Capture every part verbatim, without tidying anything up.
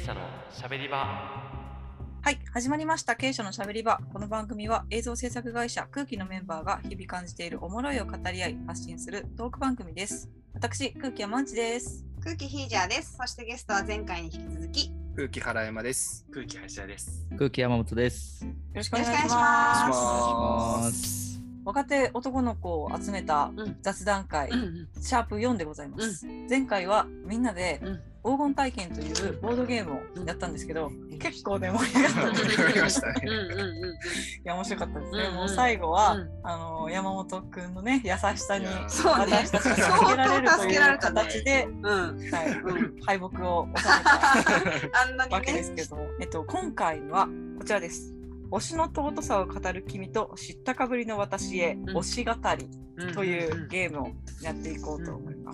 者のしゃべり場。 はい、始まりました経営者のしゃべり場。この番組は映像制作会社空気のメンバーが日々感じているおもろいを語り合い発信するトーク番組です。私、空気山内です。 空気ヒージャーです。そしてゲストは前回に引き続き空気原山です。 空気林田です。 空気山本です。 よろしくお願いしよろしくおま願す。 いします若手男の子を集めた雑談会、 うんうんシャープよんでございます。前回はみんなで黄金体験というボードゲームをやったんですけど、うん、結構ね盛り上がったんです盛りましたね。 いや面白かったですね。 うんうん、 もう最後は、うん、あの山本くんのね優しさに私たちが助けられるという形で、うんはいうん、敗北を収めたわけですけど、えっと今回はこちらです。推しの尊さを語る君と知ったかぶりの私へ、うん、推し語りというゲームをやっていこうと思います。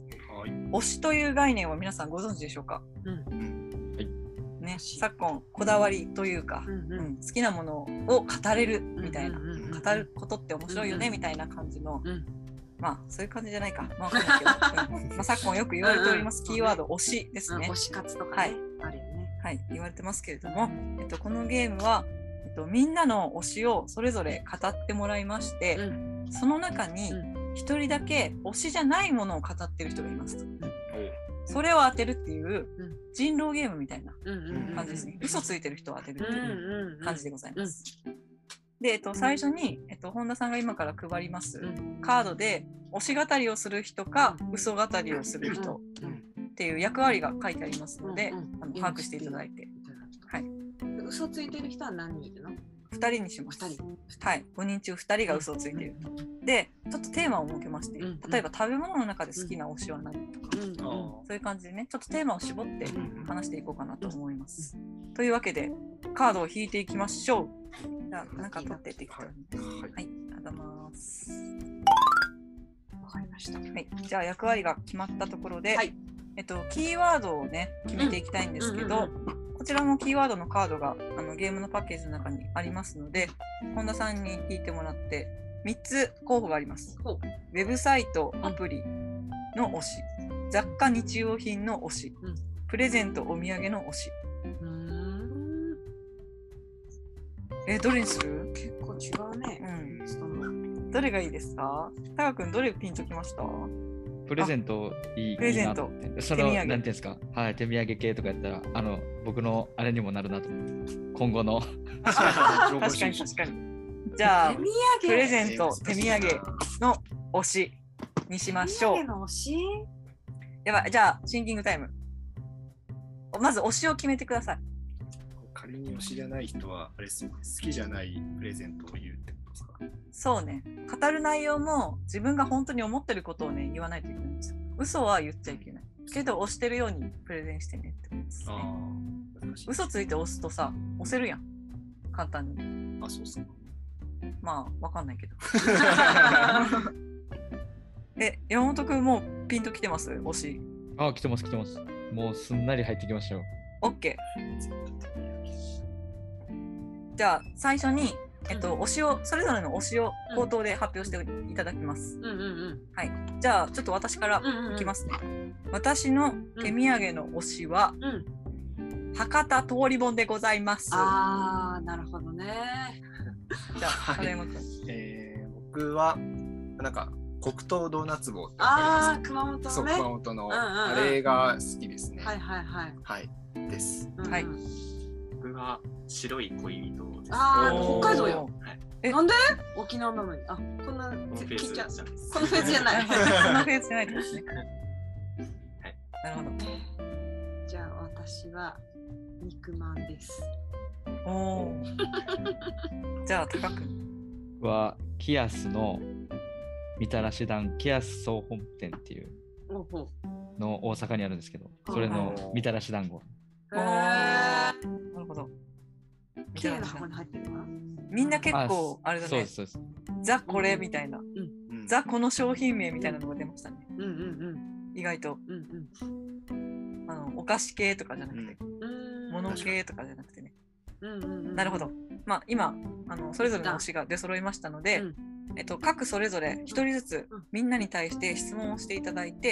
うんうんうん、推しという概念は皆さんご存知でしょうか？うんはいね、昨今こだわりというか、うんうんうん、好きなものを語れるみたいな、うんうんうん、語ることって面白いよね、うんうん、みたいな感じの、うん、まあそういう感じじゃないか、まあ、分かんないけど、うんまあ、昨今よく言われております、うんうん、キーワード推しですね、 うん、推し活とか、ねはい、 あるよね、 はい、言われてますけれども、えっと、このゲームはえっと、みんなの推しをそれぞれ語ってもらいまして、うん、その中に一人だけ推しじゃないものを語ってる人がいますと、うん、それを当てるっていう人狼ゲームみたいな感じですね、うん、嘘ついてる人を当てるっていう感じでございます、うん、で、えっと、最初に、えっと、本田さんが今から配りますカードで推し語りをする人か嘘語りをする人っていう役割が書いてありますので、あの把握していただいて、はい、 嘘ついてる人は何人いるの？ ふたりにします。ふたり。はい。ごにん中ふたりが嘘をついていると。で、ちょっとテーマを設けまして、うん、例えば食べ物の中で好きな推しは何とか、うん、そういう感じでね、ちょっとテーマを絞って話していこうかなと思います。うん、というわけで、カードを引いていきましょう。じゃあ、なんか取って適当に。はい。はい、ありがとうございます。 わかりました。 はい。じゃあ、役割が決まったところで、はい、えっと、キーワードをね、決めていきたいんですけど、こちらもキーワードのカードがあのゲームのパッケージの中にありますので、本田さんに引いてもらってみっつ候補があります。ウェブサイト、アプリの推し、雑貨日用品の推し、うん、プレゼントお土産の推し。うーんえどれにする？ 結構違うね、 うん、どれがいいですか？タカ君どれピンときました？ プレゼントいいプレゼントいいなそのなんていうんですか、はい、手土産系とかやったらあの僕のあれにもなるなと思って今後の確かに確かに確かにじゃあプレゼント手土産の推しにしましょう。 手土産の推しやばい、じゃあシンキングタイム。まず推しを決めてください。 仮に推しじゃない人はあれですよ、好きじゃないプレゼントを言うってことですか？ そうね、語る内容も自分が本当に思ってることをね言わないといけないんですよ。嘘は言っちゃいけないけど推してるようにプレゼンしてねってことですね。あ難しい。嘘ついて押すとさ押せるやん簡単に。 あそうっすか。 まあわかんないけどえ山本くんもうピンときてます？推し。 あ来てます来てます。もうすんなり入ってきましたよ。 OK。 じゃあ最初にえっと、推しをそれぞれの推しを口頭で発表していただきます、うんうんうん、はい。じゃあちょっと私からいきますね、うんうんうん、私の手土産の推しは、うん、博多通り本でございます。 あーなるほどねじゃあ金山君、 えー、僕はなんか黒糖ドーナツ棒ってあー熊本のねそう熊本のあれが好きですね、 はいはいはいはいです、 うんうん、はい。 僕は白い恋人です。 あー北海道よ、はい、なんで沖縄なのにあこんな聞いちゃうこのフェーズじゃないこのフェーズじゃないですねはいなるほど。 じゃあ私は肉まんです。 おーじゃあ高くはキアスのみたらし団キアス総本店っていうの大阪にあるんですけど、それのみたらし団子。 へーなるほど。 綺麗な箱に入ってるな。 みんな結構あれだね。 そうですそうです。 ザこれみたいな、うん、ザこの商品名みたいなのが出ましたね。 うんうんうん、 意外と、うんうん、あのお菓子系とかじゃなくて、うん、物系とかじゃなくてね。うんうんうん、なるほど。まあ今あのそれぞれの推しが出揃いましたので、うんえっと、各それぞれ一人ずつみんなに対して質問をしていただいて、うん、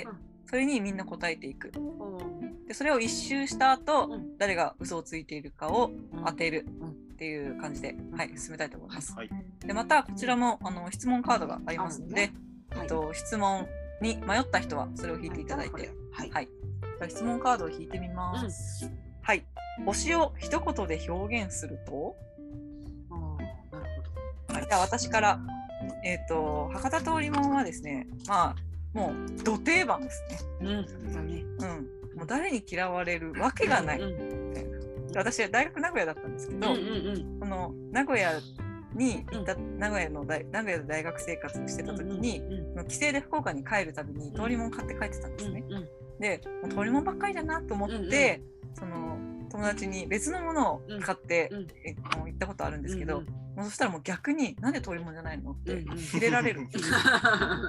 それにみんな答えていく。でそれを一周した後、うん、誰が嘘をついているかを当てるっていう感じで、はい、進めたいと思います。はい、でまたこちらもあの質問カードがありますので、ねはい、と質問に迷った人はそれを引いていただいて、はいはい、じゃ質問カードを引いてみます。うん、はい、推しを一言で表現すると、あなるほど。はい、じゃあ私から、えっと博多通りもんはですね、まあもうど定番ですね。うん、だね。うん。もう誰に嫌われるわけがない。うんうん、私は大学名古屋だったんですけど、うんうんうん、この名古屋に行った、うん、名古屋の大名古屋で大学生活をしてた時に、うんうん、帰省で福岡に帰るたびに通りもん買って帰ってたんですね。うんうん、で、もう通りもんばっかりだなと思って、うんうん、その友達に別のものを買って、うんうん、えもう行ったことあるんですけど。うんうんもうそしたらもう逆になんで通りもんじゃないのって入れられるっていう、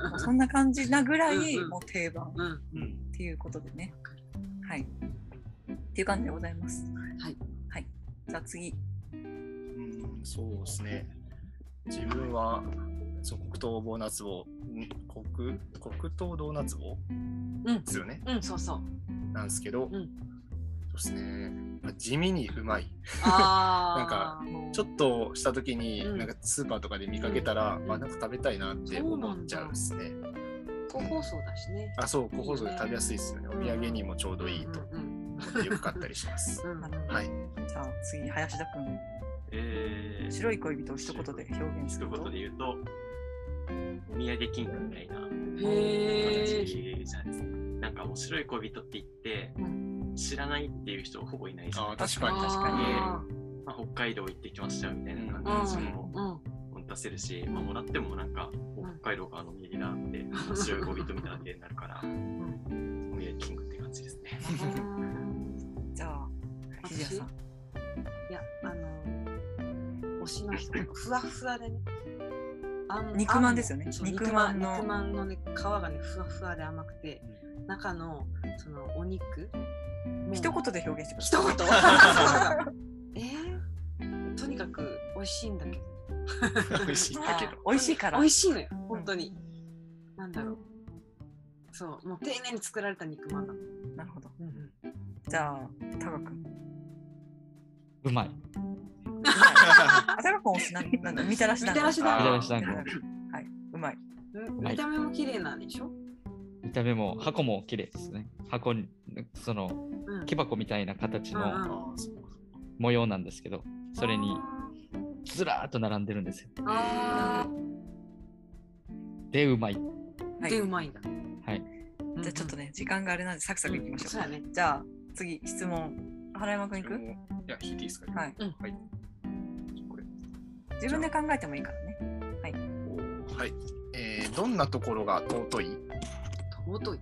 もうそんな感じなぐらいもう定番っていうことでね、はいっていう感じでございます。はい、はい、じゃあ次。 うんそうですね。自分はそう黒糖ドーナツ棒黒黒糖ドーナツ棒ですよね。 うん、うん、そうそうなんですけど。うんそうですね、地味にうまいなんかちょっとした時に、うん、なんかスーパーとかで見かけたら、うん、あなんか食べたいなって思っちゃうですね。 個包装だしね。 あそう個包装で食べやすいですよね。お土産にもちょうどいいと思ってよく買ったりします。うんうん、はい。 じゃあ次林田君、えー、白い恋人を一言で表現すると。 一言で言うとお土産金貨みたいな形じゃないですか。なんか面白い恋人って言って。うん知らないっていう人ほぼいないじゃん。 あ確かに確かに、 まあ、北海道行ってきましたみたいな感じも出せるし、まあ、もらってもなんか北海道からの土産だって白い恋人みたいな手になるからお土産キングって感じですね。 じゃあひじやさん。いやあの推しの人ふわふわでね肉まんですよね。 肉まんの肉まんのね皮がねふわふわで甘くて中のそのお肉一言で表現してください。一言えー、とにかく美味しいんだけど美味しいんだけど美味しいから美味しいのよ本当に、うん、なんだろうそうもう丁寧に作られた肉まんだ。 なるほど、うんうん、じゃあタガ君うまい。 タガ君推しなんだみたらし団子。みたらし団子はいうまい。 見た目も綺麗なんでしょ。 見た目も箱も綺麗ですね。箱にその、うん、木箱みたいな形の模様なんですけど、それにずらーっと並んでるんですよ。あでうまい。 はい、でうまいんだ。 はい。 じゃあちょっとね時間があれなんでサクサクいきましょうか。うんうね、じゃあ次質問。原山くんいく？いや引いていいですか、ね。 はい。うん、はい。これ自分で考えてもいいからね。はい。 はい。えー、どんなところが尊い？ 尊い。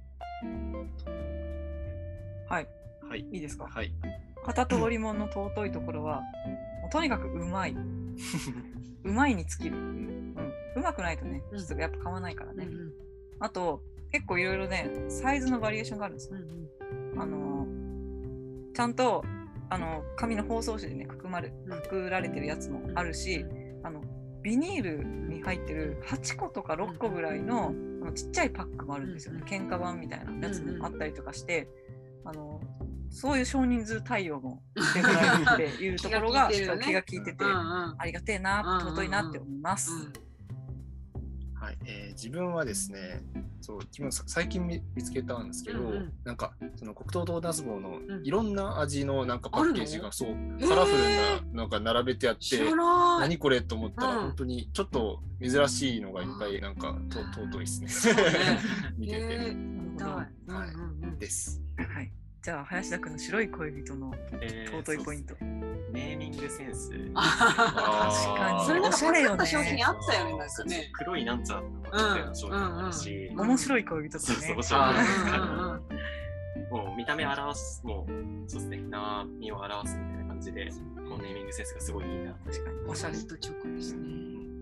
はい。はい。いいですか。 はい。 片通りもんの尊いところは、もうとにかくうまい。うまいに尽きる。うん。うまくないとね、ちょっとやっぱ買わないからね。うんうん、あと、結構いろいろね、サイズのバリエーションがあるんですよ。うんうん、あの、ちゃんと、あの、紙の包装紙でね、くくまる、くくられてるやつもあるし、あの、ビニールに入ってるはちことかろっこぐらいの、あのちっちゃいパックもあるんですよね。喧嘩版みたいなやつもあったりとかして、あのそういう少人数対応もしてもらえるっていうところが気が利いてて、ありがてえな、尊いなって思います。 はい、えー、自分はですね、そう自分最近 見, 見つけたんですけど、うんうん、なんかその黒糖ドーナツ棒のいろんな味のなんかパッケージがそうカラフルななんか並べてあって、何これと思ったら、うん、本当にちょっと珍しいのがいっぱいなんかと尊いですね。見てて、えー、はい、です。 はい。じゃあ林田君の白い恋人の尊いポイント。えーネーミングセンス。 確かに。それなんかおしゃれよね。 商品あったよね。なんかね。 黒いなんちゃらの商品もあるし。 面白い恋人とね。 そうそう面白い。もう見た目表すもうそうですね。生身を表すみたいな感じで、もうネーミングセンスがすごいいいな。 確かに。 おしゃれとチョコですね。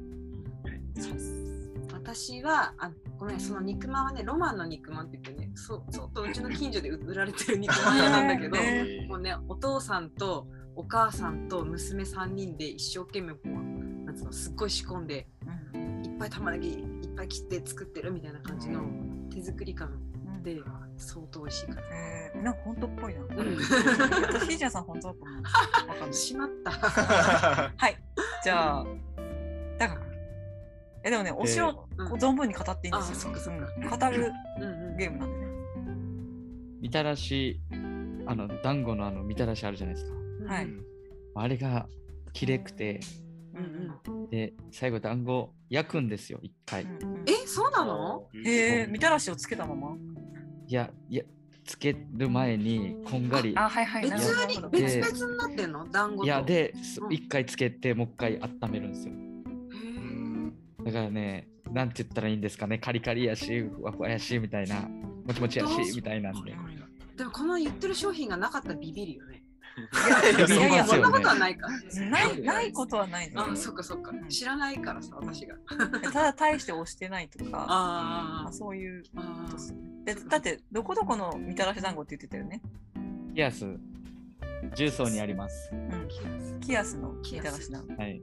私はあごめんその肉まんはねロマンの肉まんって言ってねそうそうとうちの近所で売られてる肉まん屋なんだけど、もうねお父さんとお母さんと娘さんにんで一生懸命こうなんつうのすっごい仕込んで、うん、いっぱい玉ねぎいっぱい切って作ってるみたいな感じの手作り感で相当美味しいから。 えー、なんか本当っぽいな。私ひーちゃんさん本当だと思う。わかんない。 しまった。 はい。じゃあ大学。えでもね推しを存分に語っていいんですよ。語るゲームなんでね。 みたらしあの団子のあのみたらしあるじゃないですか。 はい。 あれがきれくて、で最後団子焼くんですよ一回。 えそうなの？ へえみたらしをつけたまま？ いやいやつける前にこんがり。 あはいはい。 別に別々になってんの団子と？ いやで一回つけてもう一回温めるんですよ。だからねなんて言ったらいいんですかねカリカリやしふわふわやしみたいなもちもちやしみたいなんで。 でもこの言ってる商品がなかったらビビるよね。 いやいやそんなことはないか。 ないないことはないの。あそっかそっか。知らないからさ私が。 ただ大して押してないとか、あそういう。でだってどこどこのみたらし団子って言ってたよね。 キアス重曹にあります。 うん。キアスのみたらし団子。 はい。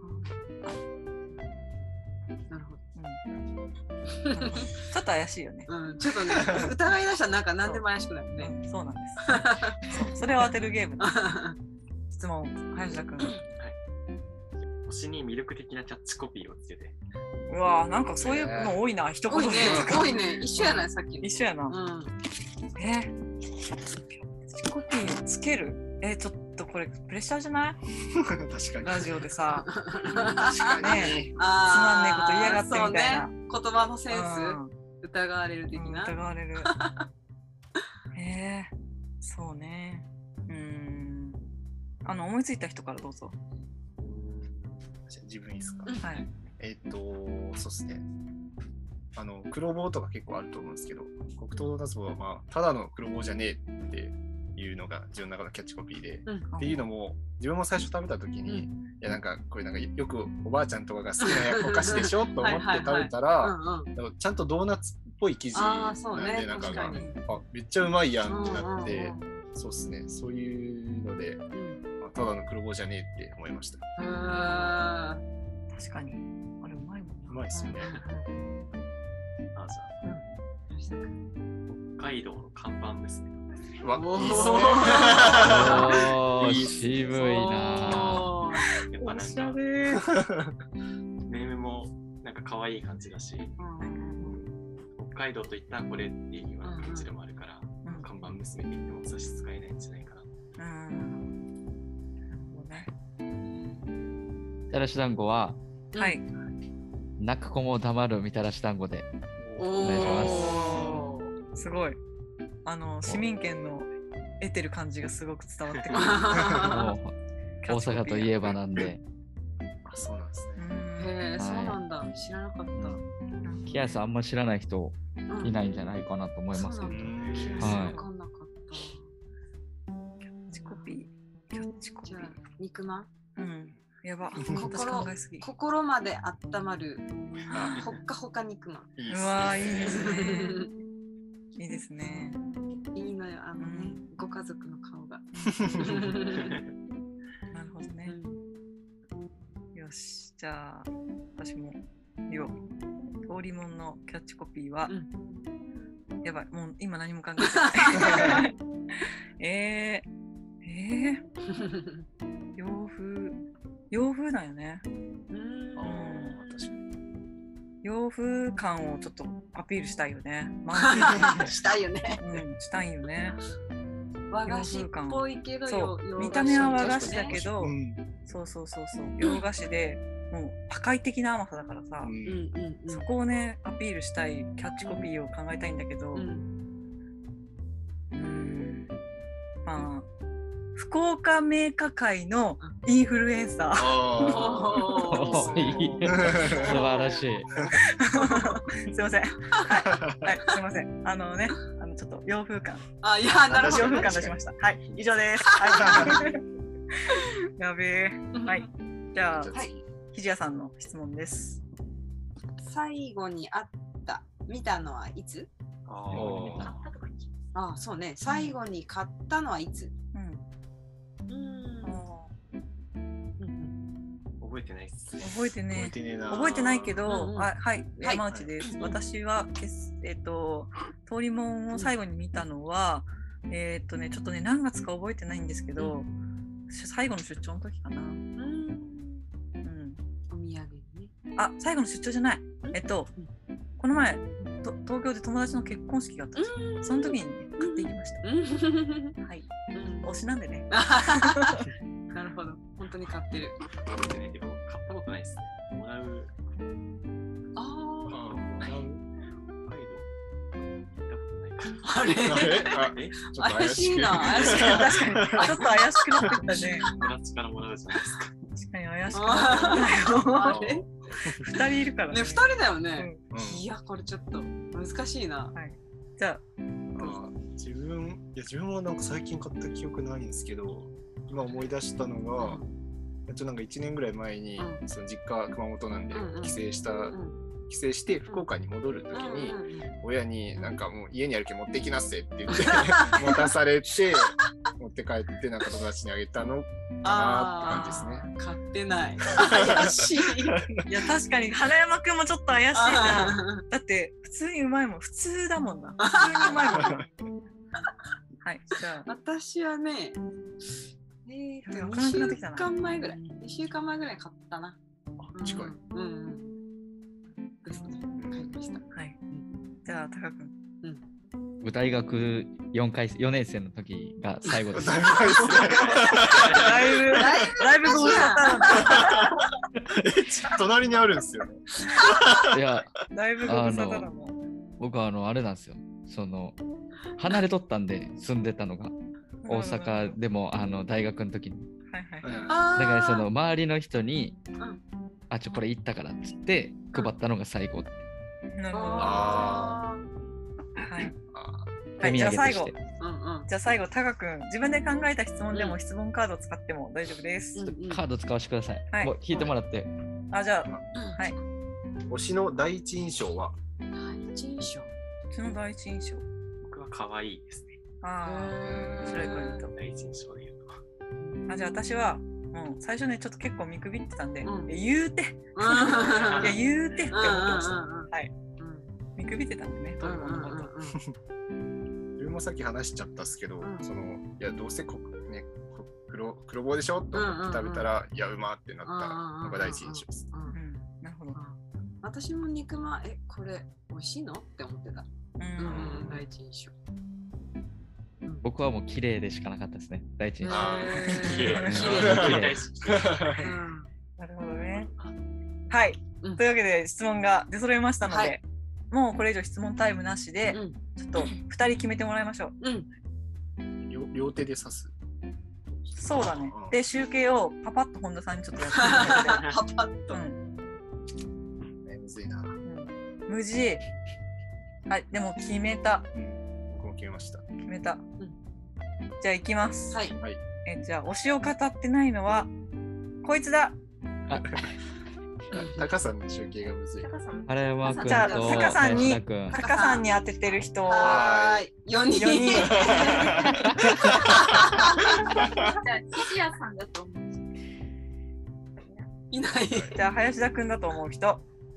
なるほど。 ちょっと怪しいよね。 うん、ちょっとね、疑い出したらなんか何でも怪しくなるね。 うん、そうなんです。それを当てるゲームです。質問、林田君。はい。 推しに魅力的なキャッチコピーをつけて。 うわー、なんかそういうの多いな、一言で。 多いね、一緒やない、さっき。 一緒やな。うん、えー、キャッチコピーをつけるえー、ちょっとこれプレッシャーじゃない確かに。 ラジオでさ。 確かに。 ね、つまんねえこと言いやがってみたいな。 ね、言葉のセンス、うん、疑われる的な。 疑われる。えー、そうね。うん。あの思いついた人からどうぞ。 じゃあ自分いいですか。 はい。 えっとそうですね。あの黒棒とか結構あると思うんですけど、黒糖ナスボはまあただの黒棒じゃねえっていうのが自分の中のキャッチコピーで、うん、っていうのも自分も最初食べた時に、うん、いやなんかこれなんかよくおばあちゃんとかが好きなお菓子でしょと思って食べたらちゃんとドーナツっぽい生地なんで、ね、なんかがあめっちゃうまいやんってなって、うんうんうん、そうっすねそういうので、うんまあ、ただの黒棒じゃねえって思いました。 あ確かにあれうまいもんな。 うまいっすよね。 あじゃあ、うん、北海道の看板娘わおー渋いなやっぱなんかネームもなんか可愛い感じだし、うん、北海道といったらこれっていうような感じでもあるから、うん、看板娘って言っても差し支えないんじゃないかな。 みたらし団子は、 はい、 泣く子も黙るみたらし団子でお願いします。 すごい。あの市民権の得てる感じがすごく伝わってくる。 大阪といえばなんで。 あ、そうなんですね。 へえ、そうなんだ。知らなかった。 キアスあんま知らない人いないんじゃないかなと思いますけど。 キアスわかんなかった。 キャッチコピー。キャッチコピー。 肉まん？ うん。やば。 心心まで温まるほっかほか肉まん。 うわいいですね。いいですね。 いいのよ、あのね、うん、ご家族の顔が。 なるほどね。うん、よし、じゃあ、私も言おう。通りもんのキャッチコピーは、うん、やばい、もう今何も考えてない。えー、えー、洋風、洋風だよね。うん洋風感をちょっとアピールしたいよね。 したいよね。 うん、したいよね。 和菓子っぽいけど、 そう見た目は和菓子だけど、うん、そうそうそうそう、洋菓子でもう破壊的な甘さだからさ、うん、そこをねアピールしたいキャッチコピーを考えたいんだけど、うん、うんまあ福岡メーカー界のインフルエンサー。 素晴らしい。 すいません。はい、はい、すいません。あのね、あのちょっと洋風感。 あ、いや、なるほど。 洋風感出しました。はい、以上です。はい、やべえ。はい。じゃあ、はい、ひじやさんの質問です。 最後に会った、見たのはいつ？ああ、そうね。最後に買ったのはいつ？ 覚えてないっす。 覚えてね。 覚えてねえな。 覚えてないけど、うんうん、あはい、山内です。はい、私はえっと通りもんを最後に見たのは、うん、えー、っとねちょっとね何月か覚えてないんですけど、うん、最後の出張の時かな。うん。 うん、お土産ね。 あ、最後の出張じゃない。えっと、うん、この前と東京で友達の結婚式があったんですよ。うん、その時に、ね、買っていきました。うん、はい。うん、推しなんでね。 なるほど。本当に買ってる。 でも買ったことないですね。もらう。 ああ。 もらう。 あれあれ怪しいな。怪しいな。確かに。ちょっと怪しくなってきたね。 友達からもらうじゃないですか。 確かに怪しくなってきたよ。二人いるからね。 ね、二人だよね。いや、これちょっと難しいな。 じゃあ、 自分、いや自分はなんか最近買った記憶ないんですけど、今思い出したのが、ちょっとなんかいちねんぐらい前に、その実家熊本なんで帰省した。帰省して福岡に戻るときに親になんかもう家にあるけど持ってきなっせって言って持たされて持って帰ってなんか友達にあげたのかなって感じですね。 買ってない。怪しい。 いや確かに原山くんもちょっと怪しいな。だって普通にうまいもん。普通だもんな。普通にうまいもん。はいじゃあ私はねえー、にしゅうかんまえぐらいにしゅうかんまえぐらい買ったな。 近い。 うんうんですね。 はい。じゃあ、タカ君。 うん。大学よんかい、よねん生の時が最後です。 だいぶ、だいぶご無沙汰。隣にあるんですよね。 いや、 だいぶご無沙汰だな。 僕はあの、あれなんですよ。その、離れとったんで、住んでたのが。大阪でも、あの、大学の時に。 はいはい。 だから、その、周りの人に、あ、ちょ、これ行ったからっつって配ったのが最後。 なるほど。 あはい。はい、じゃあ最後。じゃあ最後、タカ君、自分で考えた質問でも質問カードを使っても大丈夫です。 カード使わせてください。はい。もう引いてもらって。 あ、じゃあ、はい。 推しの第一印象は？ 第一印象。 推しの第一印象。 僕は可愛いですね。 ああ、面白いポイント。 第一印象で言うと。あ、じゃあ私は、うん、最初ねちょっと結構見くびってたんで、うん、言うていや言うてって思ってました。はい、うん、見くびってたんでね。自分もさっき話しちゃったっすけど、うん、そのいやどうせこね黒黒棒でしょと思って食べたら、うんうんうん、いやうまってなったのが第一印象です。 なるほど。 私も肉まんえこれ美味しいのって思ってた。うん、第一印象。 僕はもう綺麗でしかなかったですね。第一印象。 綺麗。なるほどね。はい、うん。というわけで質問が出揃いましたので、はい、もうこれ以上質問タイムなしで、うん、ちょっとふたり決めてもらいましょう。 うん、 両, 両手で刺す。 そうだね。で集計をパパッと本田さんにちょっとやってもらって。 パパッと。うん、 えむずいな。うん、 無事。はい。でも決めた。 うん、僕も決めました。 決めた。じゃあ行きます。 はい。 えじゃあ推しを語ってないのはこいつだ。 タカさんの集計がむずい。 原山君とじゃあタカさんにタカさんに当ててる人はよにん。じゃあ岸谷さんだと思う。 いない。 じゃあ林田君だと思う人。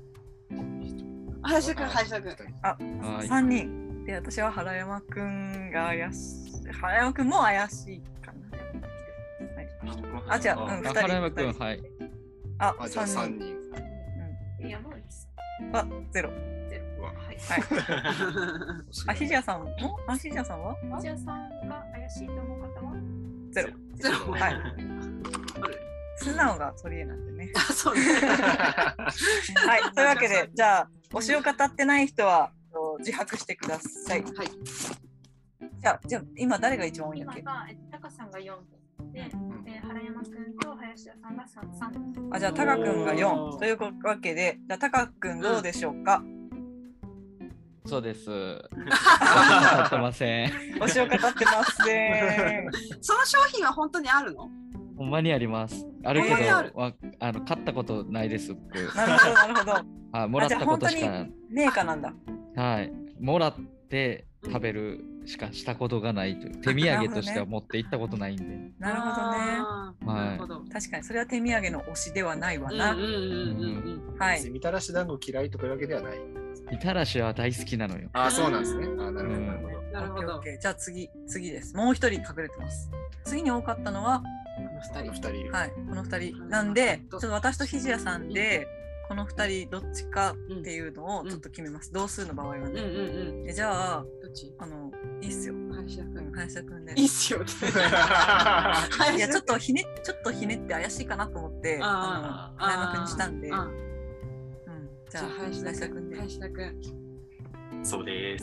林田君林田君。 あさんにん。で私は原山くんが怪しい。原山くんも怪しいかな。はい、あ、じゃあ、うん、ふたり。 原山くん、はい。 あ、 あじゃあさんにん。 うん。山内さん。あ、ゼロ。 ゼロ。 はい。あ、ひじやさんも？あ、ひじやさんは？ ひじやさんが怪しいと思う方は？ ゼロ。 ゼロ。 はい。素直が取り柄なんでね。 あ、そうです。はい。というわけで、じゃあ推しを語ってない人は。自白してください。はい。じゃあ、じゃあ今誰が一番多いんだっけ？ 今がタカさんがよんで、うん、で原山くんと林田さんがさん。 あ、じゃあタカくんがよんというわけで、じゃあタカくんどうでしょうか？ そうです。推しを語ってません。 推しを語ってません。 その商品は本当にあるの？ ほんまにあります。あるけど、ああの買ったことないです。 なるほどなるほど。 あ、もらったことしか。 メーカーなんだ。 はい、もらって食べるしかしたことがないという、手土産としては持って行ったことないんで。 なるほどね。はい、確かにそれは手土産の推しではないわな。はい。 みたらし団子嫌いとかいうわけではない。 みたらしは大好きなのよ。 あ、そうなんですね。あ、なるほど。 なるほど。 じゃあ次、次です。もう一人隠れてます。次に多かったのは、 この二人。 はい、この二人。なんで、ちょっと私とひじやさんで、この二人どっちかっていうのをちょっと決めます。同数の場合はね。え、じゃあ、どっち？あの、いいっすよ。 林田くん。 林田くんで。 いいっすよ。 いや、ちょっとひね、ちょっとひねって怪しいかなと思って、あの、林田くんにしたんで。うん。じゃあ、林田くんで。 林田くん。 そうです。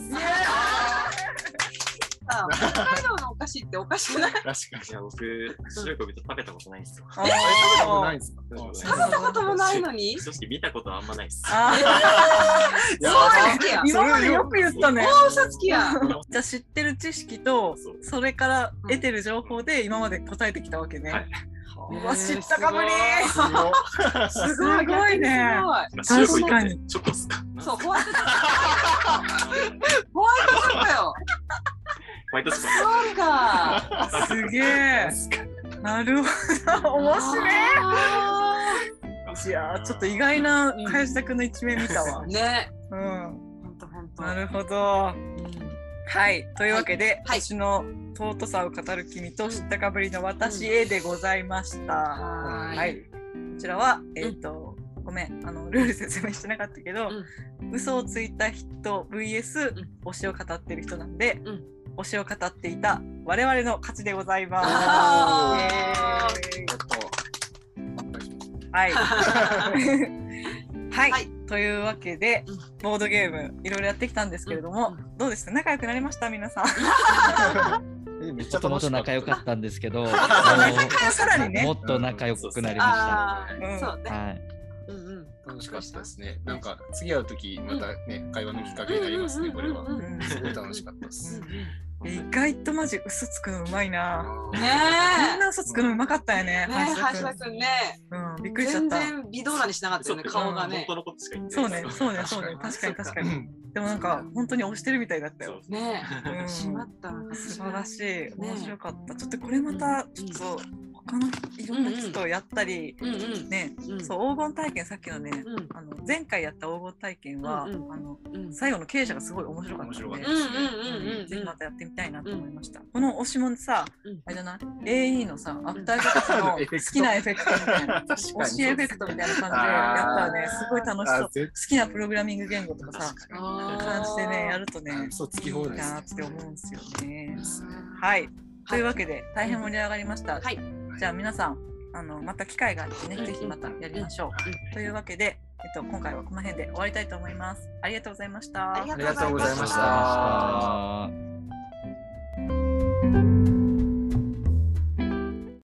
あ、北海道のお菓子っておかしくない？ 確かに。 いや、僕、白い恋人食べたことないんですよ。 食べたことないんですか？ 食べたこともないのに？ 正直見たことはあんまないです。 今までよく言ったね。 大嘘つきや。 じゃあ知ってる知識と、それから得てる情報で今まで答えてきたわけね。うわ、知ったかぶりー。すごいね。 確かに。チョコっすか？ そう、ホワイトチョコ。ホワイトチョコよ。 ホワイトチョコ。 そうか。 すげえ。なるほど。面白い。いや、ちょっと意外な林田くんの一面見たわ。 ね。 うん。本当本当。なるほど。はい。というわけで、私の尊さを語る君と知ったかぶりの私へでございました。はい。こちらは、えっと、ごめん、あの、ルール説明してなかったけど、嘘をついた人 ブイエス 推しを語ってる人なんで、推しを語っていた我々の勝ちでございます。はい。はい。というわけで、ボードゲームいろいろやってきたんですけれども、どうでした？仲良くなりました皆さん。 めっちゃもと仲良かったんですけど、 さらにね、 もっと仲良くなりました。そうね。はい。 楽しかったですね。なんか次会うときまたね、会話のきっかけになりますね。これはすごい楽しかったです。 意外とマジ嘘つくのうまいな。 ねえ。みんな嘘つくのうまかったよね。 林田くんね。 うん、びっくりしちゃった。 全然微動だにしなかったよね、顔がね。 そうね、そうね、そうね。確かに確かに。でもなんか本当に推してるみたいだったよ。 ねえ。しまった。 素晴らしい。面白かった。ちょっとこれまたちょっと他のいろんな人とやったりね、そう黄金体験さっきのね、あの前回やった黄金体験はあの最後の経営者がすごい面白かったので、ぜひまたやってみたいなと思いました。この推しもさ、あれじゃない エーイー のさアフターエフェクトの好きなエフェクトみたいな推しエフェクトみたいな感じでやったらねすごい楽しそう。好きなプログラミング言語とかさ感じでねやるとねいいなって思うんですよね。はい。というわけで大変盛り上がりました。はい。じゃあ皆さんあのまた機会があってねぜひまたやりましょう。というわけで、えっと、今回はこの辺で終わりたいと思います。ありがとうございました。 ありがとうございました。